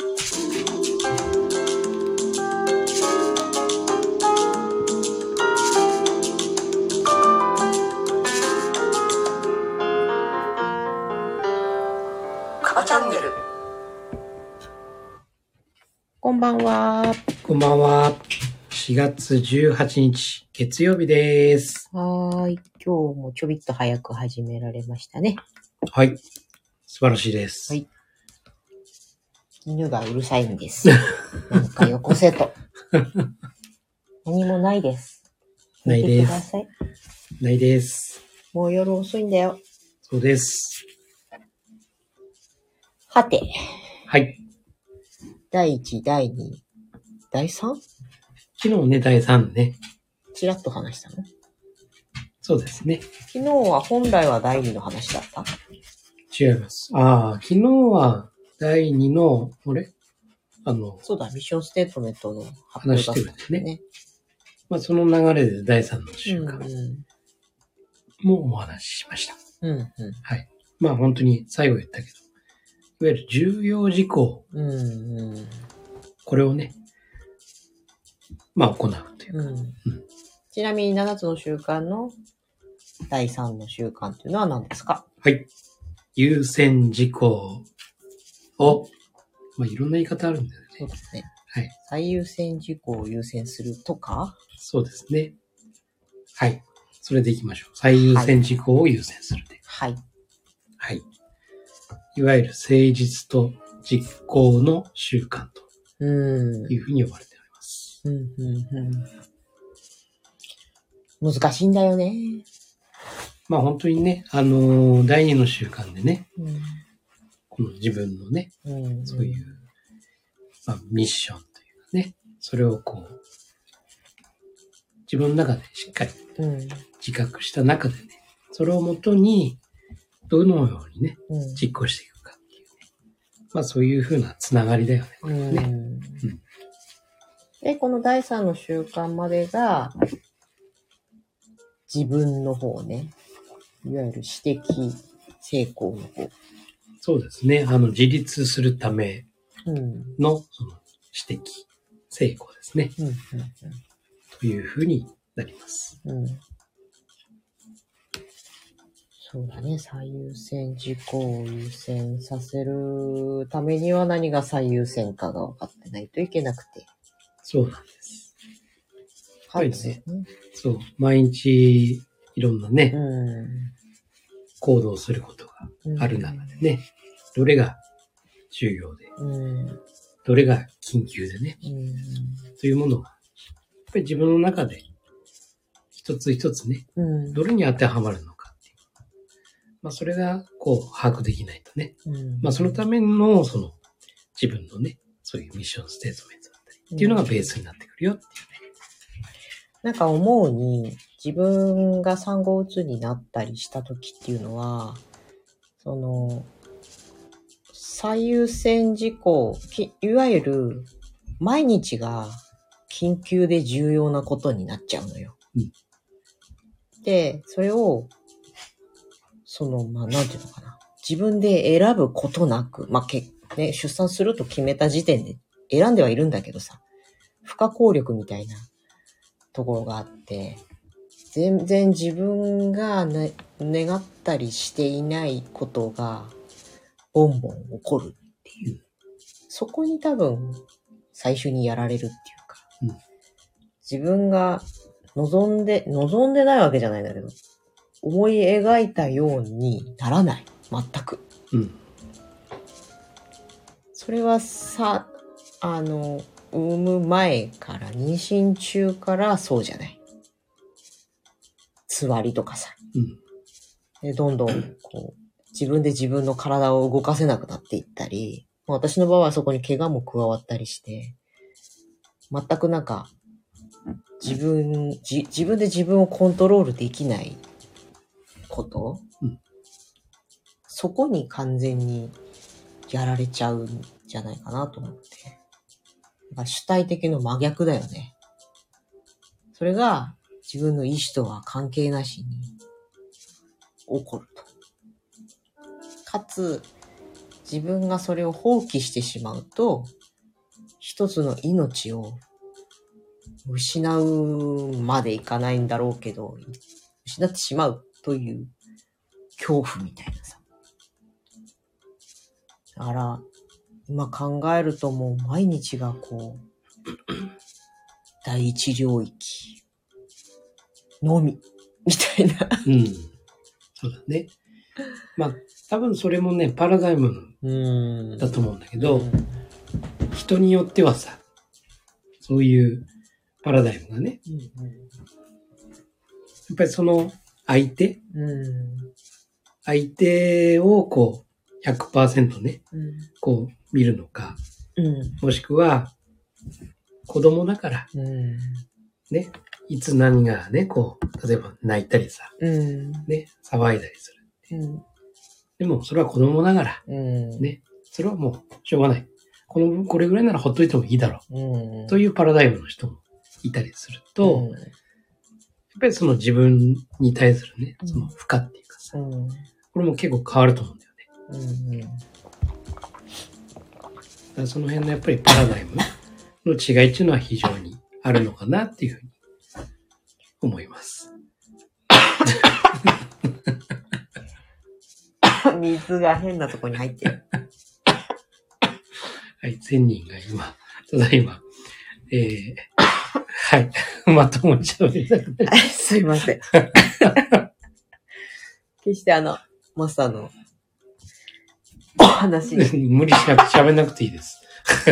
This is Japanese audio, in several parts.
カバチャンネル。 こんばんは。 こんばんは。4月18日月曜日です。 はーい。今日もちょびっと早く始められましたね。 はい。素晴らしいです。 はい。犬がうるさいんです。なんかよこせと。何もないです。 ないです。 見てください。 ないです。 もう夜遅いんだよ。 そうです。 はて。 はい。 第1、第2、第 3？ 昨日ね、第3ね。 ちらっと話したの？ そうですね。 昨日は本来は第2の話だった？ 違います。昨日は第2の、 そうだ、ミッションステートメントの発表話だったしてるんですね。まあ、その流れで第3の週間もお話ししました。 うんうん。 はい。まあ、本当に最後言ったけど、いわゆる重要事項、これをね、まあ、行うというか。 ちなみに7つの習慣の第3の習慣というのは何ですか？ はい。優先事項を、まあ、いろんな言い方あるんだよね。 そうですね。 はい。 最優先事項を優先するとか？ そうですね。はい。それでいきましょう。最優先事項を優先するで。 はい。 はい。いわゆる誠実と実行の習慣というふうに呼ばれております。 難しいんだよね。 まあ本当にね、第2の習慣でね、この自分のね、そういう、まあ、ミッションというかね、それをこう、自分の中でしっかり自覚した中でね、それをもとに、どのようにね、実行していくかっていうね。まあそういうふうなつながりだよね、これね。 で、この第3の習慣までが、自分の方ね。いわゆる私的成功の方。 そうですね。自立するための、その私的成功ですね。というふうになります。 そうだね。最優先事項を優先させるためには何が最優先かが分かってないといけなくて。 そうなんです。 はい、ね。 そう。毎日いろんなね、行動することがある中でね、どれが重要で、どれが緊急でね、というものが、やっぱり自分の中で一つ一つね、どれに当てはまるのかっていう。まあそれがこう把握できないとね、まあそのためのその自分のね、そういうミッションステートメントだったりっていうのがベースになってくるよっていうね。 なんか思うに、自分が産後うつになったりした時っていうのは、その、最優先事項、いわゆる毎日が緊急で重要なことになっちゃうのよ。で、それを、まあ、なんていうのかな。自分で選ぶことなく、まあ、ね、出産すると決めた時点で選んではいるんだけどさ、不可抗力みたいなところがあって、全然自分が、願ったりしていないことがボンボン起こるっていう。そこに多分最初にやられるっていうか、自分が望んでないわけじゃないんだけど、思い描いたようにならない。全く。それはさ、産む前から妊娠中からそうじゃない。つわりとかさ。でどんどんこう自分で自分の体を動かせなくなっていったり、私の場合はそこに怪我も加わったりして、全くなんか自分で自分をコントロールできないこと、そこに完全にやられちゃうんじゃないかなと思って。だから主体的の真逆だよね。それが自分の意志とは関係なしに起こると。かつ、 自分がそれを放棄してしまうと、一つの命を失うまでいかないんだろうけど、失ってしまうという恐怖みたいなさ。だから、今考えるともう毎日がこう、第一領域のみ、みたいな。 うん。そうだね。まあ、多分それもね、パラダイムだと思うんだけど、人によってはさ、そういうパラダイムがね、やっぱりその相手をこう 100% ね、こう見るのか、もしくは子供だから、ね、いつ何がね、こう、例えば泣いたりさ、ね、騒いだりする。でも、それは子供ながら、ね、それはもう、しょうがない。これぐらいならほっといてもいいだろう。というパラダイムの人もいたりすると、やっぱりその自分に対するね、その負荷っていうかさ、これも結構変わると思うんだよね。だからその辺のやっぱりパラダイムの違いっていうのは非常にあるのかなっていうふうに思います。 水が変なとこに入ってる。 はい、1000人が今、ただいま、はい、まともに喋りたくない。 すいません。決してマスターのお話に。 無理しなくて喋んなくていいです。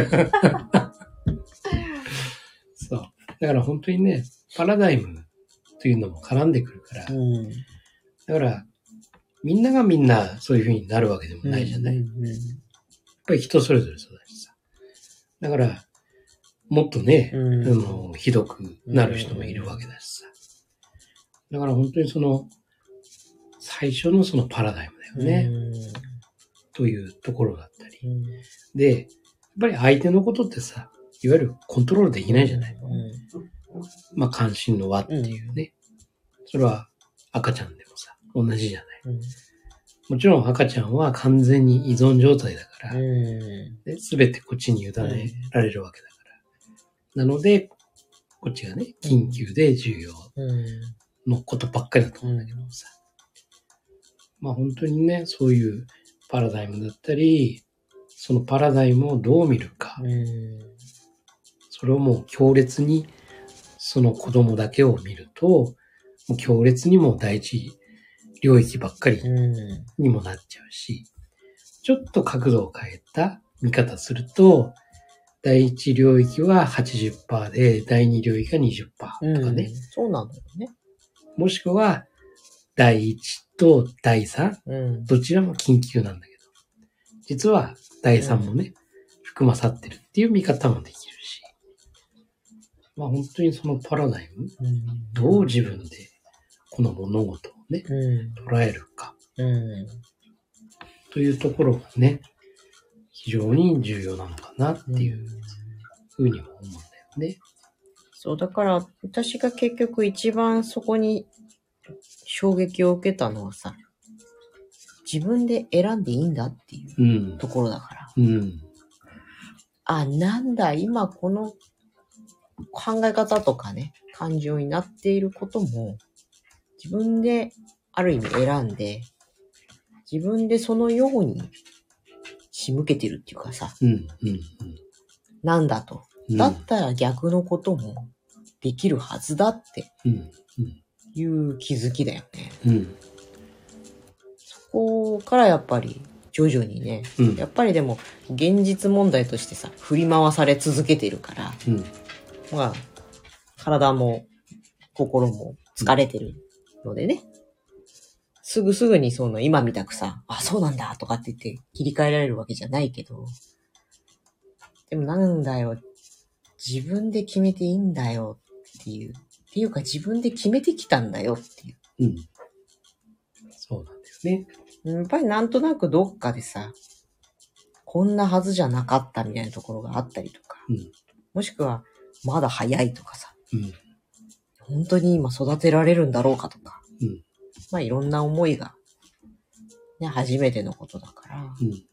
そう。だから本当にね、パラダイムというのも絡んでくるから、だから、みんながみんなそういう風になるわけでもないじゃない。やっぱり人それぞれそうだしさ。だから、もっとね、ひどくなる人もいるわけだしさ。だから本当にその、最初のそのパラダイムだよね。というところだったり。で、やっぱり相手のことってさ、いわゆるコントロールできないじゃない。まあ、関心の輪っていうね。それは赤ちゃんでもさ、同じじゃない。もちろん赤ちゃんは完全に依存状態だから、すべてこっちに委ねられるわけだから。なので、こっちがね、緊急で重要のことばっかりだと思うんだけどさ。まあ本当にね、そういうパラダイムだったり、そのパラダイムをどう見るか。それをもう強烈に、その子供だけを見ると、もう強烈にも第一領域ばっかりにもなっちゃうし、ちょっと角度を変えた見方すると、第一領域は 80% で、第二領域が 20% とかね。 そうなんだよね。 もしくは、第一と第三、どちらも緊急なんだけど、実は第三もね、含まさってるっていう見方もできるし、まあ本当にそのパラダイム、どう自分でこの物事をね、捉えるか、というところがね、非常に重要なのかなっていうふうにも思うんだよね。 そう、だから私が結局一番そこに衝撃を受けたのはさ、自分で選んでいいんだっていうところだから。あ、なんだ、今この考え方とかね、感情になっていることも、自分である意味選んで、自分でそのように仕向けてるっていうかさ、なんだと。だったら逆のこともできるはずだっていう気づきだよね。そこからやっぱり徐々にね、やっぱりでも現実問題としてさ、振り回され続けてるから、まあ、体も心も疲れてるのでね、すぐにその今みたくさ、あ、そうなんだとかって言って切り替えられるわけじゃないけど、でもなんだよ、自分で決めていいんだよっていうか自分で決めてきたんだよっていう。 そうなんですね。 やっぱりなんとなくどっかでさ、こんなはずじゃなかったみたいなところがあったりとか、もしくはまだ早いとかさ、本当に今育てられるんだろうかとか、まあいろんな思いが、ね、初めてのことだから、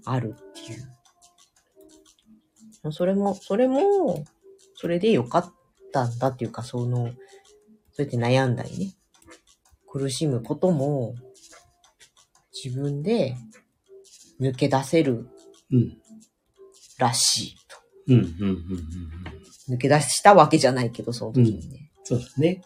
あるっていう。それでよかったんだっていうか、そうやって悩んだりね、苦しむことも、自分で抜け出せるらしいと。抜け出したわけじゃないけど、その時にね。 そうだね。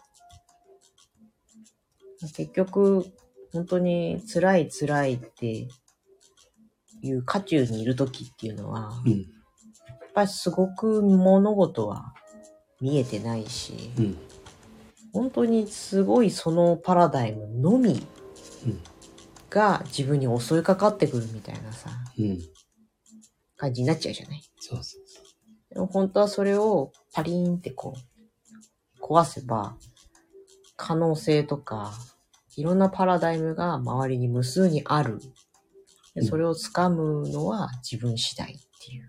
結局、本当に辛いっていう渦中にいる時っていうのは、やっぱりすごく物事は見えてないし、本当にすごいそのパラダイムのみが自分に襲いかかってくるみたいなさ、感じになっちゃうじゃない。 そう。 でも本当はそれをパリーンって壊せば、可能性とか、いろんなパラダイムが周りに無数にある。でそれを掴むのは自分次第っていう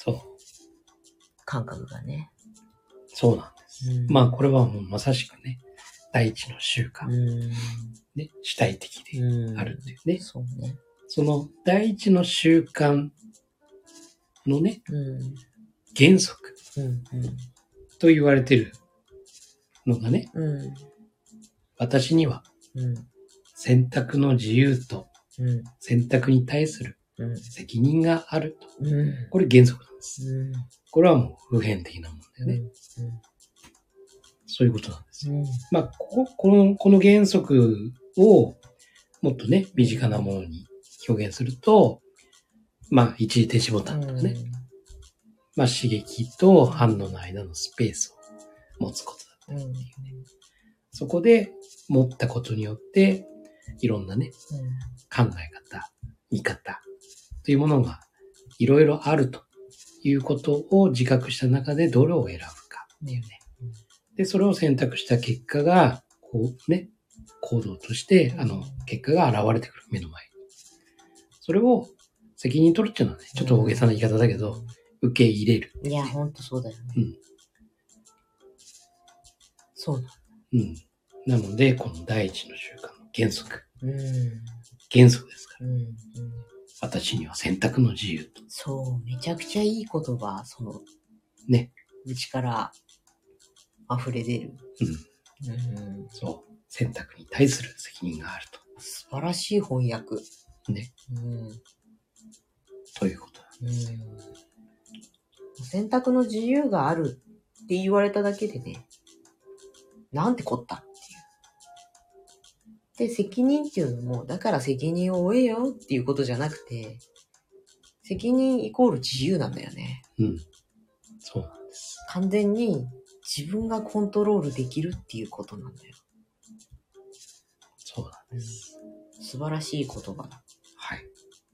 感覚がね。 そうなんです。まあこれはもうまさしくね、第一の習慣。ね、主体的であるんだよね。 そうね。 その第一の習慣のね、原則と言われてるのがね、私には選択の自由と選択に対する責任があると。これ原則なんです。これはもう普遍的なもんだよね。そういうことなんですよ。まあ、この原則をもっとね、身近なものに表現すると、まあ、一時停止ボタンとかね、まあ、刺激と反応の間のスペースを持つことだったりっていうね。そこで持ったことによって、いろんなね、考え方、見方というものがいろいろあるということを自覚した中でどれを選ぶかっていうね。で、それを選択した結果が、こうね、行動として、結果が現れてくる、目の前に。それを責任取るっていうのはね、ちょっと大げさな言い方だけど、受け入れる、 いや、ほんとそうだよね。そうだ。 なので、この第一の習慣の原則。原則ですから。私には選択の自由と。 そう、めちゃくちゃいい言葉、 ね。 内から溢れ出る。 そう。選択に対する責任があると。 素晴らしい翻訳。 ね。ということなんです。 選択の自由があるって言われただけでね、なんてこったっていう。で、責任っていうのも、だから責任を負えよっていうことじゃなくて、責任イコール自由なんだよね。 そうなんです。 完全に自分がコントロールできるっていうことなんだよ。 そうなんです。 素晴らしい言葉だ。 はい。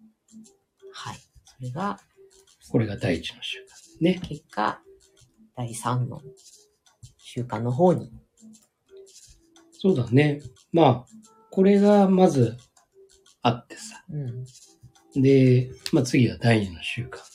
これが第一の習慣ね。 結果、第3の習慣の方に。 そうだね。まあ、これがまずあってさ。で、まあ次は第2の習慣。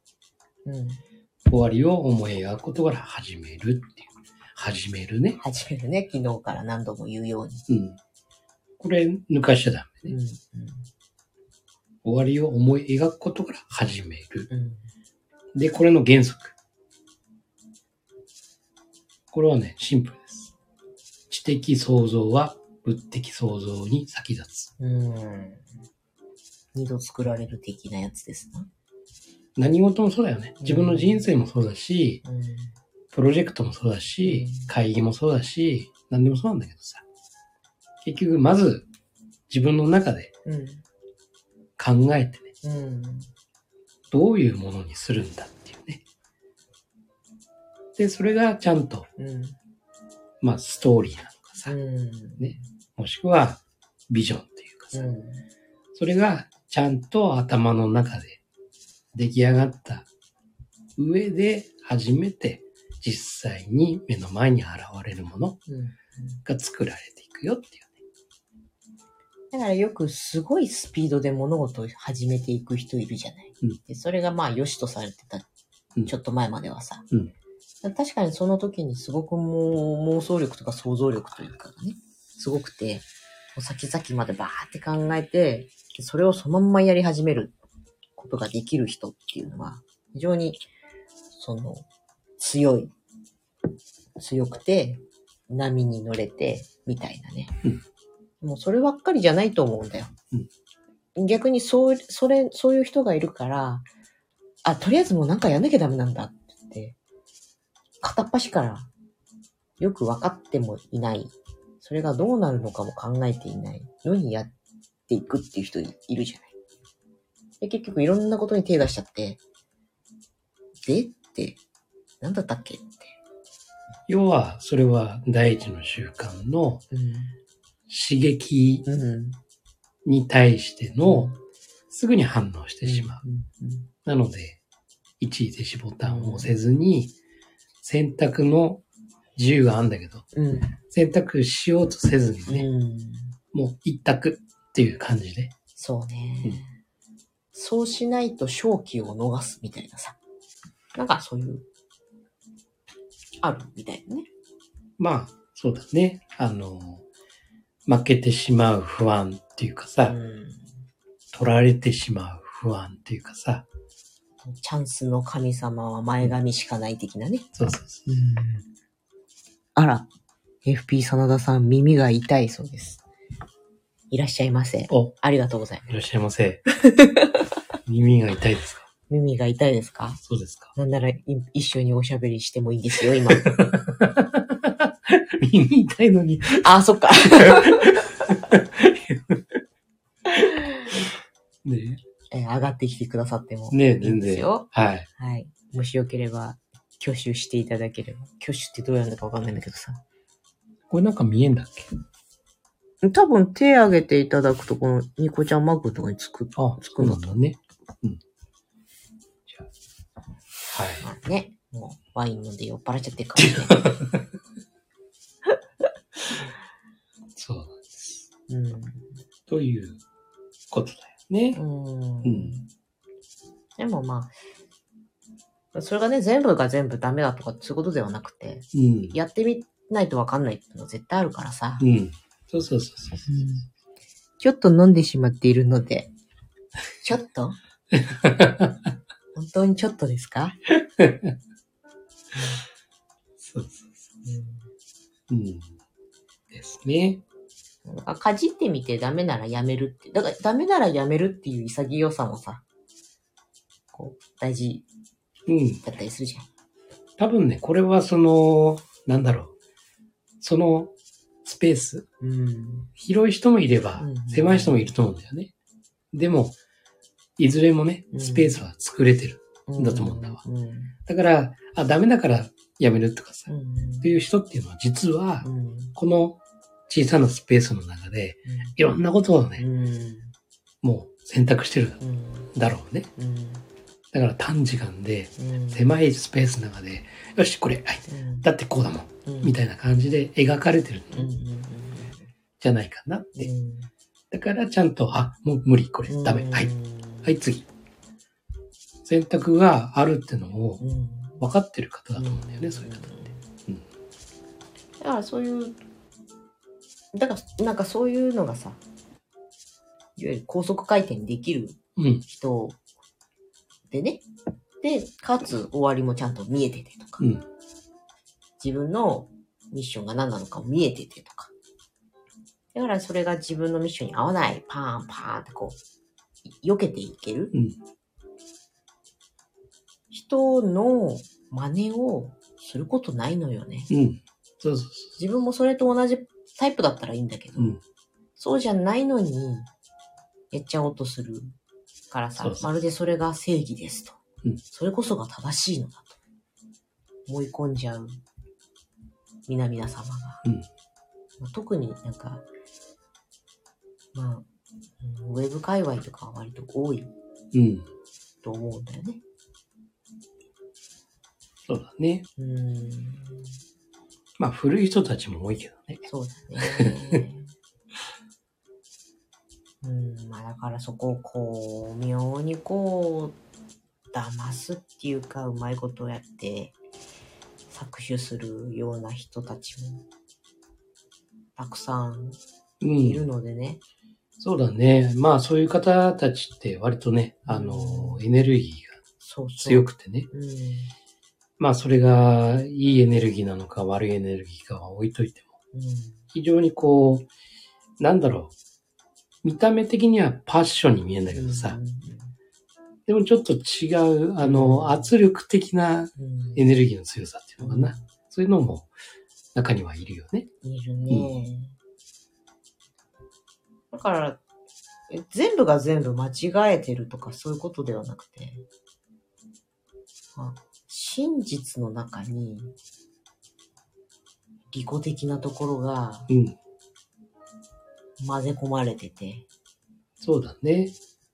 終わりを思い描くことから始めるっていう。始めるね。 昨日から何度も言うように。 これ抜かしちゃダメね。終わりを思い描くことから始める。で、これの原則。これはね、シンプルです。知的創造は物的創造に先立つ。 二度作られる的なやつですな。 何事もそうだよね。自分の人生もそうだし、プロジェクトもそうだし、会議もそうだし、何でもそうなんだけどさ。結局、まず自分の中で考えてね、どういうものにするんだっていうね。で、それがちゃんと、まあ、ストーリーなのかさ、ね。もしくは、ビジョンっていうかさ、それがちゃんと頭の中で出来上がった上で初めて実際に目の前に現れるものが作られていくよっていうね。 だからよくすごいスピードで物事を始めていく人いるじゃない。でそれがまあ良しとされてた、ちょっと前まではさ。確かにその時にすごくもう妄想力とか想像力というかね、すごくて、もう先々までバーって考えて、それをそのまんまやり始めることができる人っていうのは、非常に、強くて、波に乗れて、みたいなね。もうそればっかりじゃないと思うんだよ。逆にそういう人がいるから、とりあえずもうなんかやんなきゃダメなんだって言って、片っ端からよく分かってもいない。それがどうなるのかも考えていないのにやっていくっていう人いるじゃない。で、結局いろんなことに手出しちゃって、でって、なんだったっけって。 要は、それは第一の習慣の刺激に対してのすぐに反応してしまう。なので、一時停止ボタンを押せずに、選択の自由があるんだけど、選択しようとせずにね、もう一択っていう感じで。 そうね。そうしないと勝機を逃すみたいなさ。なんかそういう、あるみたいなね。 まあ、そうだね。負けてしまう不安っていうかさ、取られてしまう不安っていうかさ。 チャンスの神様は前髪しかない的なね。 そうそうそう。 あら、FP 真田さん耳が痛いそうです。いらっしゃいませ。ありがとうございます。 いらっしゃいませ。耳が痛いですか？ 耳が痛いですか？ そうですか。 なんなら一緒におしゃべりしてもいいですよ、今。 耳痛いのに。 そっか。 ね上がってきてくださってもねいいんですよ。 はい。 はい。もしよければ、挙手していただければ。挙手ってどうやるのかわかんないんだけどさ。 これなんか見えんだっけ？ 多分手挙げていただくと、このニコちゃんマークとかにつくんだとね。じゃあ。はい。 ね。もうワイン飲んで酔っ払っちゃってるかもしれない。 そうなんです。ということだよね。 でもまあ、それがね、全部が全部ダメだとかそういうことではなくて、やってみないとわかんないっていうのは絶対あるからさ。 そう。 ちょっと飲んでしまっているので、ちょっと本当にちょっとですか？ そう。ですね。 かじってみてダメならやめるって。だからダメならやめるっていう潔さもさ、大事だったりするじゃん。 多分ね、これはなんだろう。そのスペース。広い人もいれば、狭い人もいると思うんだよね。でも、いずれもね、スペースは作れてるんだと思うんだわ。だから、ダメだからやめるとかさ、っていう人っていうのは実は、この小さなスペースの中で、いろんなことをね、もう選択してるだろうね。だから短時間で、狭いスペースの中で、よし、これ、はい、だってこうだもん、みたいな感じで描かれてるじゃないかなって。だからちゃんと、もう無理、これ、ダメ、はい、次。選択があるってのを分かってる方だと思うんだよね、そういう方って。 だからそういう、なんかそういうのがさ、いわゆる高速回転できる人でね、で、かつ終わりもちゃんと見えててとか、自分のミッションが何なのかも見えててとか、だからそれが自分のミッションに合わない、パーンパーンって避けていける、人の真似をすることないのよね。 そう。 自分もそれと同じタイプだったらいいんだけど、そうじゃないのにやっちゃおうとするからさ、まるでそれが正義ですと、それこそが正しいのだと思い込んじゃう皆様が、特になんか、ウェブ界隈とかは割と多いと思うんだよね。 そうだね。古い人たちも多いけどね。 そうだね。だからそこを妙に騙すっていうか、うまいことをやって搾取するような人たちもたくさんいるのでね。 そうだね。まあそういう方たちって割とね、エネルギーがそうそう。 強くてね。まあそれがいいエネルギーなのか悪いエネルギーかは置いといても、非常にこう、なんだろう。見た目的にはパッションに見えるんだけどさ、でもちょっと違う、圧力的なエネルギーの強さっていうのかな。そういうのも中にはいるよね。 いるね。だから、全部が全部間違えてるとかそういうことではなくて、真実の中に利己的なところが混ぜ込まれてて。 そうだね。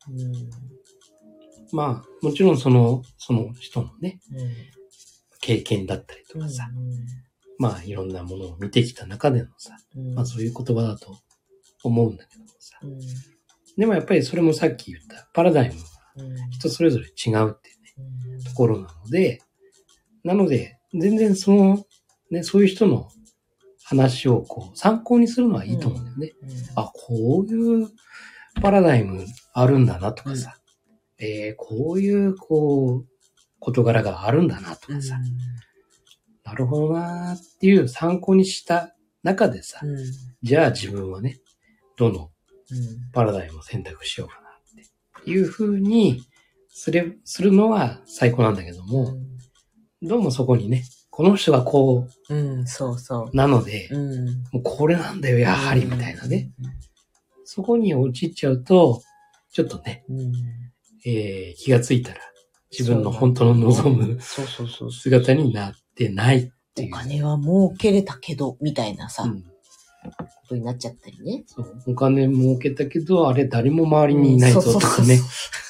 まあ、もちろんその人のね、経験だったりとかさ、まあいろんなものを見てきた中でのさ、まあそういう言葉だと思うんだけどもさ、でもやっぱりそれもさっき言ったパラダイムが人それぞれ違うっていうね、ところなので、全然そういう人の話をこう参考にするのはいいと思うんだよね。あ、こういうパラダイムあるんだなとかさ、こういうこう事柄があるんだなとかさ、なるほどなーっていう参考にした中でさ、じゃあ自分はね、どのパラダイムを選択しようかなっていう風にするのは最高なんだけども、どうもそこにね、この人がこう、 そうそう。 なので、もうこれなんだよ、やはり、みたいなね。そこに陥っちゃうと、ちょっとね、気がついたら、自分の本当の望む姿になってないっていう。 お金は儲けれたけど、みたいなさ、ことになっちゃったりね。 そう。お金儲けたけど、あれ誰も周りにいないぞとかね。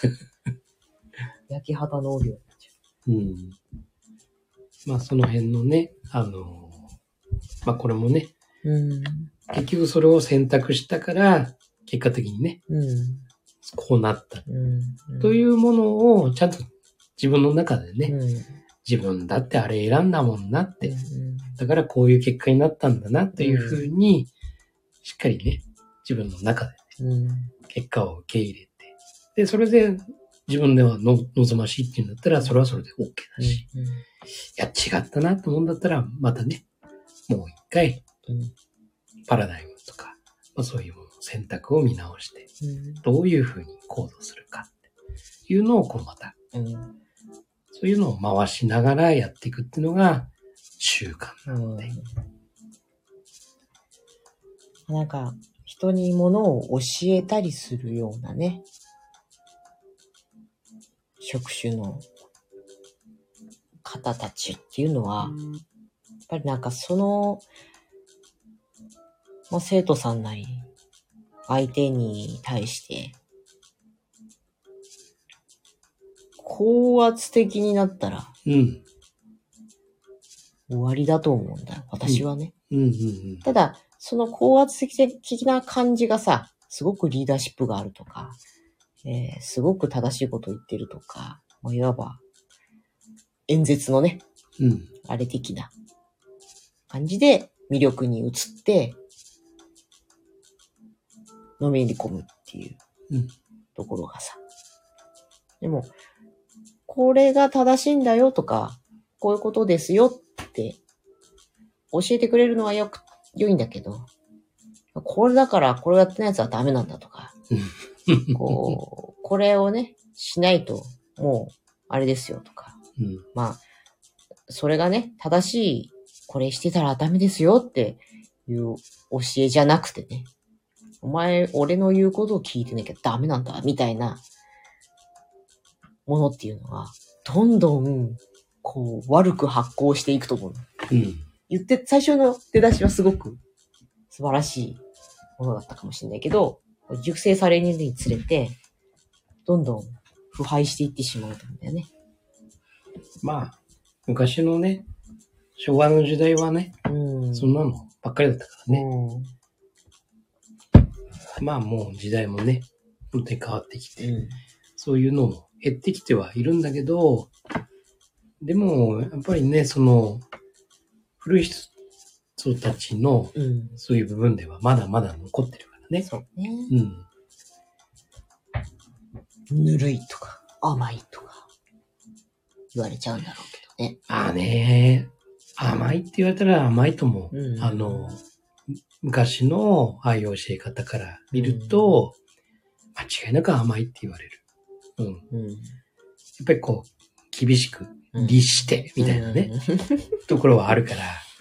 焼き畑農業になっちゃう。 まあその辺のね、まあこれもね、結局それを選択したから、結果的にね、こうなった。というものをちゃんと自分の中でね、自分だってあれ選んだもんなって、だからこういう結果になったんだなっていうふうに、しっかりね、自分の中でね、結果を受け入れて、で、それで自分では望ましいっていうんだったら、それはそれで OK だし、いや、違ったなって思うんだったら、またね、もう一回、パラダイムとか、まあそういうもの、選択を見直して、どういうふうに行動するかっていうのを、こうまた、そういうのを回しながらやっていくっていうのが習慣なので。 なんか、人に物を教えたりするようなね、職種の方たちっていうのは、やっぱりなんかまあ、生徒さんなり、相手に対して、高圧的になったら、終わりだと思うんだよ、私はね。ただ、その高圧的な感じがさ、すごくリーダーシップがあるとか、すごく正しいことを言ってるとか、まあ、いわば、演説のね、あれ的な感じで魅力に移って、のめり込むっていうところがさ。でも、これが正しいんだよとか、こういうことですよって教えてくれるのは良いんだけど、これだからこれやってないやつはダメなんだとか、これをね、しないともうあれですよとか、まあ、それがね、正しい、これしてたらダメですよっていう教えじゃなくてね、お前、俺の言うことを聞いてなきゃダメなんだ、みたいなものっていうのは、どんどん、こう、悪く発行していくと思う。最初の出だしはすごく素晴らしいものだったかもしれないけど、熟成されるにつれて、どんどん腐敗していってしまうと思うんだよね。 まあ、昔のね、昭和の時代はね、そんなのばっかりだったからね。まあもう時代もね、本当に変わってきて、そういうのも減ってきてはいるんだけど、でも、やっぱりね、古い人たちの、そういう部分ではまだまだ残ってるからね。 そうね。 ぬるいとか、甘いとか、言われちゃうんだろうけどね。 まあね、甘いって言われたら甘いとも、昔のああいう教え方から見ると、間違いなく甘いって言われる。やっぱりこう、厳しく律して、みたいなね、ところはあるから、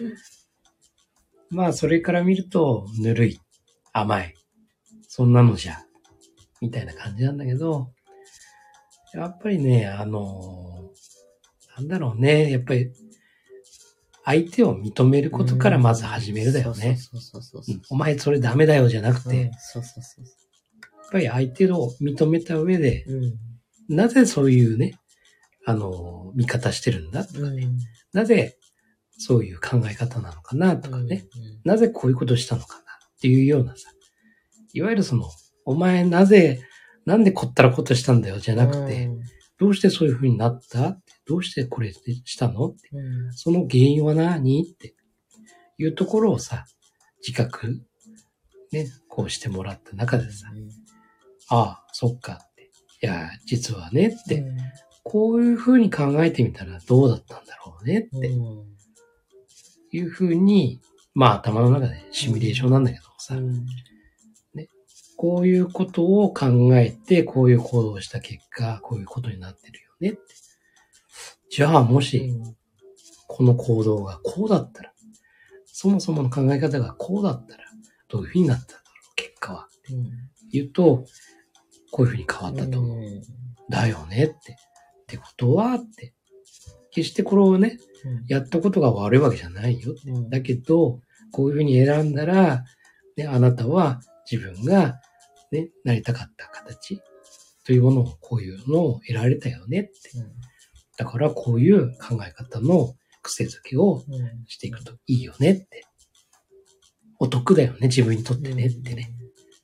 まあそれから見ると、ぬるい、甘い、そんなのじゃ、みたいな感じなんだけど、やっぱりね、なんだろうね、やっぱり、相手を認めることからまず始めるだよね。お前それダメだよじゃなくて、やっぱり相手を認めた上で、なぜそういうね、見方してるんだとかね、なぜそういう考え方なのかなとかね、なぜこういうことしたのかなっていうようなさ、いわゆるその、お前なんでこったらことしたんだよじゃなくて、どうしてそういう風になったどうしてこれしたのって、その原因は何っていうところをさ、自覚、ね、こうしてもらった中でさ、ああ、そっかって。いや、実はねって、こういう風に考えてみたらどうだったんだろうねっていう風に、まあ頭の中でシミュレーションなんだけどさ、ね、こういうことを考えて、こういう行動をした結果、こういうことになってるよねって。じゃあもし、この行動がこうだったら、そもそもの考え方がこうだったら、どういう風になったんだろう、結果は。言うと、こういう風に変わったと思う。だよねって。ってことはって。決してこれをね、やったことが悪いわけじゃないよって。だけど、こういう風に選んだら、ね、あなたは自分が、ね、なりたかった形というものを、こういうのを得られたよねって。だからこういう考え方の癖づけをしていくといいよねって。お得だよね、自分にとってねってね。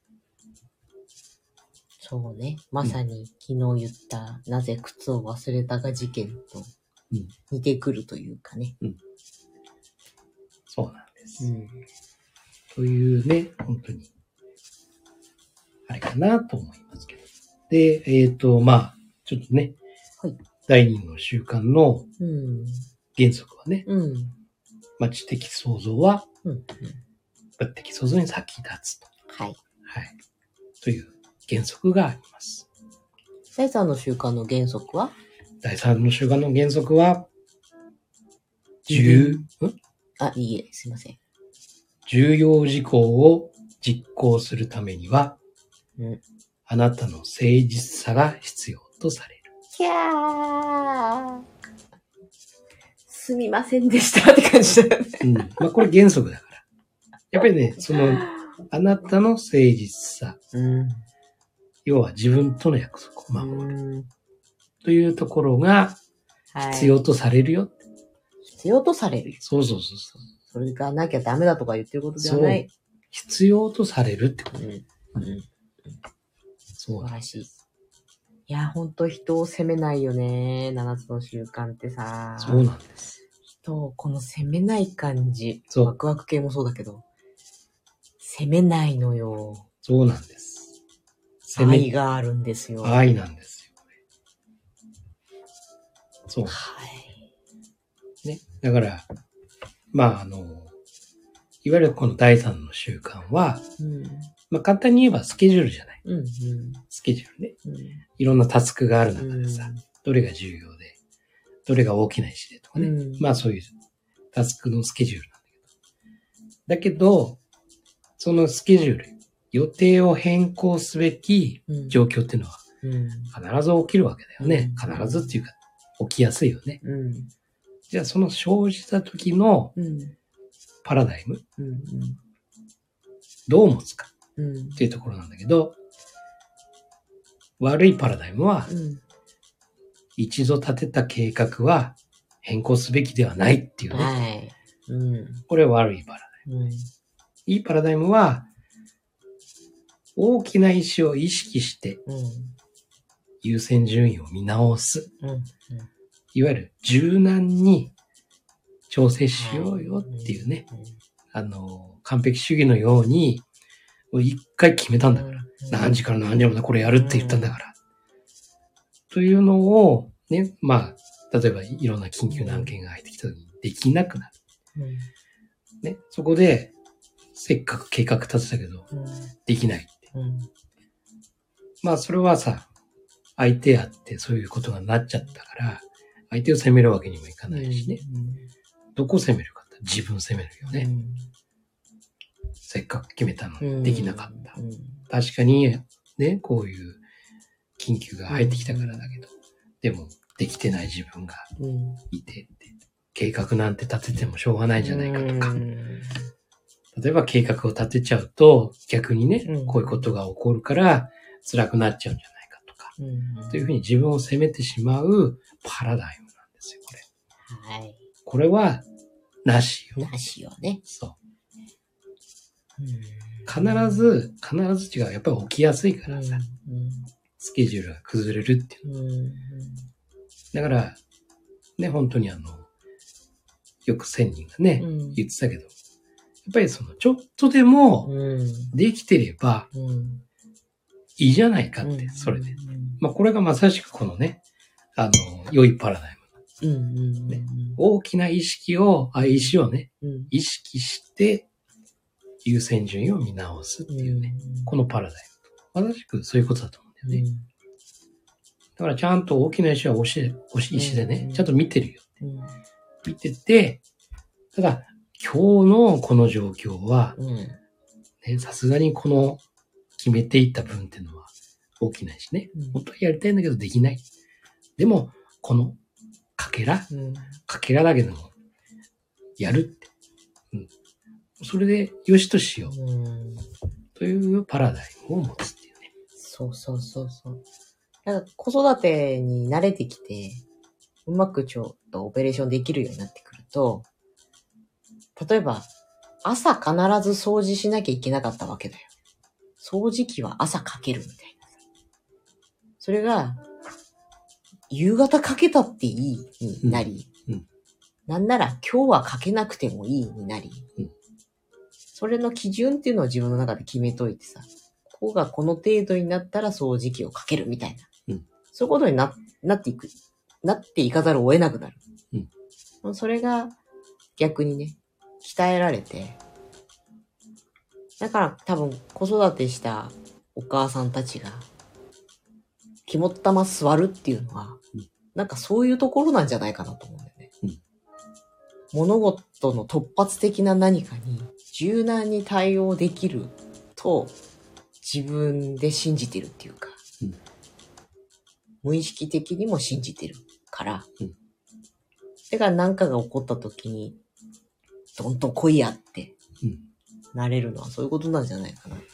そうね。まさに昨日言った、なぜ靴を忘れたか事件と似てくるというかね。 そうなんです。というね、本当に、あれかなと思いますけど。で、まあ、ちょっとね、第二の習慣の原則はね、まあ、知的創造は、物的創造に先立つと。はい。という原則があります。 第三の習慣の原則は？ 第三の習慣の原則は、いいえ、すいません。 重要事項を実行するためには、あなたの誠実さが必要とされる。 キャー。すみませんでしたって感じだよね。 まあこれ原則だから。やっぱりね、あなたの誠実さ。要は自分との約束を守る。というところが必要とされるよ。 必要とされるよ。 そう。 それがなきゃダメだとか言ってることではない。 必要とされるってこと。 素晴らしい。いや、ほんと人を責めないよね。7つの習慣ってさ。 そうなんです。 人をこの責めない感じ。ワクワク系もそうだけど。責めないのよ。 そうなんです。 愛があるんですよ。 愛なんですよ。そう。ね。だから、まあいわゆるこの第三の習慣は、まあ簡単に言えばスケジュールじゃない。スケジュールね。いろんなタスクがある中でさ、どれが重要で、どれが大きな石でとかね。まあそういうタスクのスケジュールなんだけど、そのスケジュール、予定を変更すべき状況っていうのは、必ず起きるわけだよね。必ずっていうか、起きやすいよね。じゃあその生じた時のパラダイム、どう持つかっていうところなんだけど、悪いパラダイムは、一度立てた計画は変更すべきではないっていうね。これは悪いパラダイム。いいパラダイムは、大きな意思を意識して、優先順位を見直す。いわゆる柔軟に調整しようよっていうね。完璧主義のように、一回決めたんだから。何時から何時までこれやるって言ったんだから。 というのを、ね、まあ、例えばいろんな緊急な案件が入ってきた時にできなくなる。ね、そこで、せっかく計画立てたけど、できないって。まあ、それはさ、相手あってそういうことがなっちゃったから、相手を責めるわけにもいかないしね。どこを責めるかって自分を責めるよね。せっかく決めたのにできなかった。確かに、ね、こういう緊急が入ってきたからだけど、でもできてない自分がいてって、計画なんて立ててもしょうがないじゃないかとか。例えば計画を立てちゃうと逆にね、こういうことが起こるから辛くなっちゃうんじゃないかとか、というふうに自分を責めてしまうパラダイムなんですよ、これ。 はい。 これはなしよ。 なしよね。 そう。必ず違う。やっぱり起きやすいからさ、スケジュールが崩れるっていう。だから、ね、本当によく1000人がね、言ってたけど、やっぱりそのちょっとでもできてればいいじゃないかって、それで。まあこれがまさしくこのね、良いパラダイム。ね、大きな意識をね、意識して優先順位を見直すっていうね、このパラダイム。まさしくそういうことだと思うんだよね。だからちゃんと大きな石は押し石でね、ちゃんと見てるよって。見てて、ただ、今日のこの状況は、さすがにこの決めていった分っていうのは大きないしね。本当はやりたいんだけどできない。でも、このかけらだけでもやるって。それでよしとしよう。というパラダイムを持つっていうね。 そう。だから子育てに慣れてきて、うまくちょっとオペレーションできるようになってくると、例えば、朝必ず掃除しなきゃいけなかったわけだよ。掃除機は朝かけるみたいな。それが、夕方かけたっていいになり、なんなら今日はかけなくてもいいになり、それの基準っていうのを自分の中で決めといてさ、ここがこの程度になったら掃除機をかけるみたいな。そういうことになっていかざるを得なくなる。それが逆にね、鍛えられて、だから多分子育てしたお母さんたちが肝っ玉座るっていうのは、なんかそういうところなんじゃないかなと思うんだよね。物事の突発的な何かに柔軟に対応できると自分で信じてるっていうか、無意識的にも信じてるから、だから何かが起こった時にどんと来いやってなれるのはそういうことなんじゃないかなって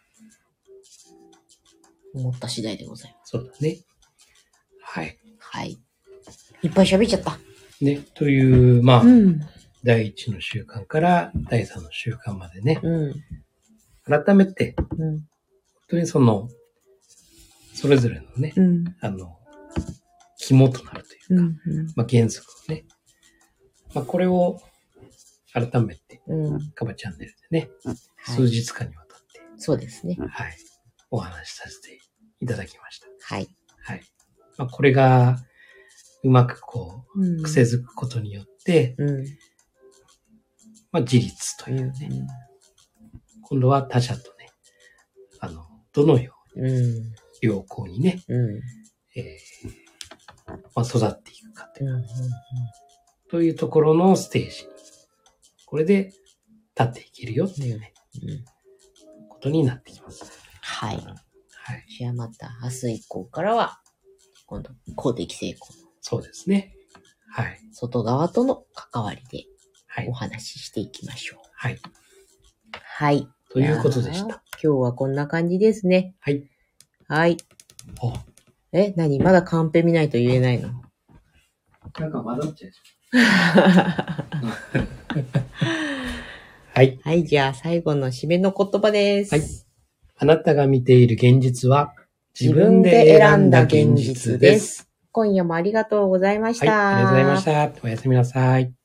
思った次第でございます。 そうだね。はい。 はい。いっぱい喋っちゃった。 ね、という、まあ、第1の習慣から第3の習慣までね、改めて、本当にそれぞれのね、肝となるというか、まあ原則をね、まあこれを改めて、カバチャンネルでね、数日間にわたって、 そうですね。 はい。お話しさせていただきました。 はい。 はい。まあこれが、うまく癖づくことによって、まあ自立というね、今度は他者とね、どのように、良好にね、まあ育っていくかというところのステージに、これで立っていけるよっていうね、ことになってきます。 はい。 はい。 じゃあまた明日以降からは、今度、公的成功。 そうですね。はい。 外側との関わりではいお話ししていきましょう。 はい。 はい。 ということでした。 今日はこんな感じですね。 はい。 はい。何まだカンペ見ないと言えないの？ なんか混ざっちゃう。はい。 はい、じゃあ最後の締めの言葉です。 はい。あなたが見ている現実は自分で選んだ現実です。 今夜もありがとうございました。 はい、ありがとうございました。おやすみなさい。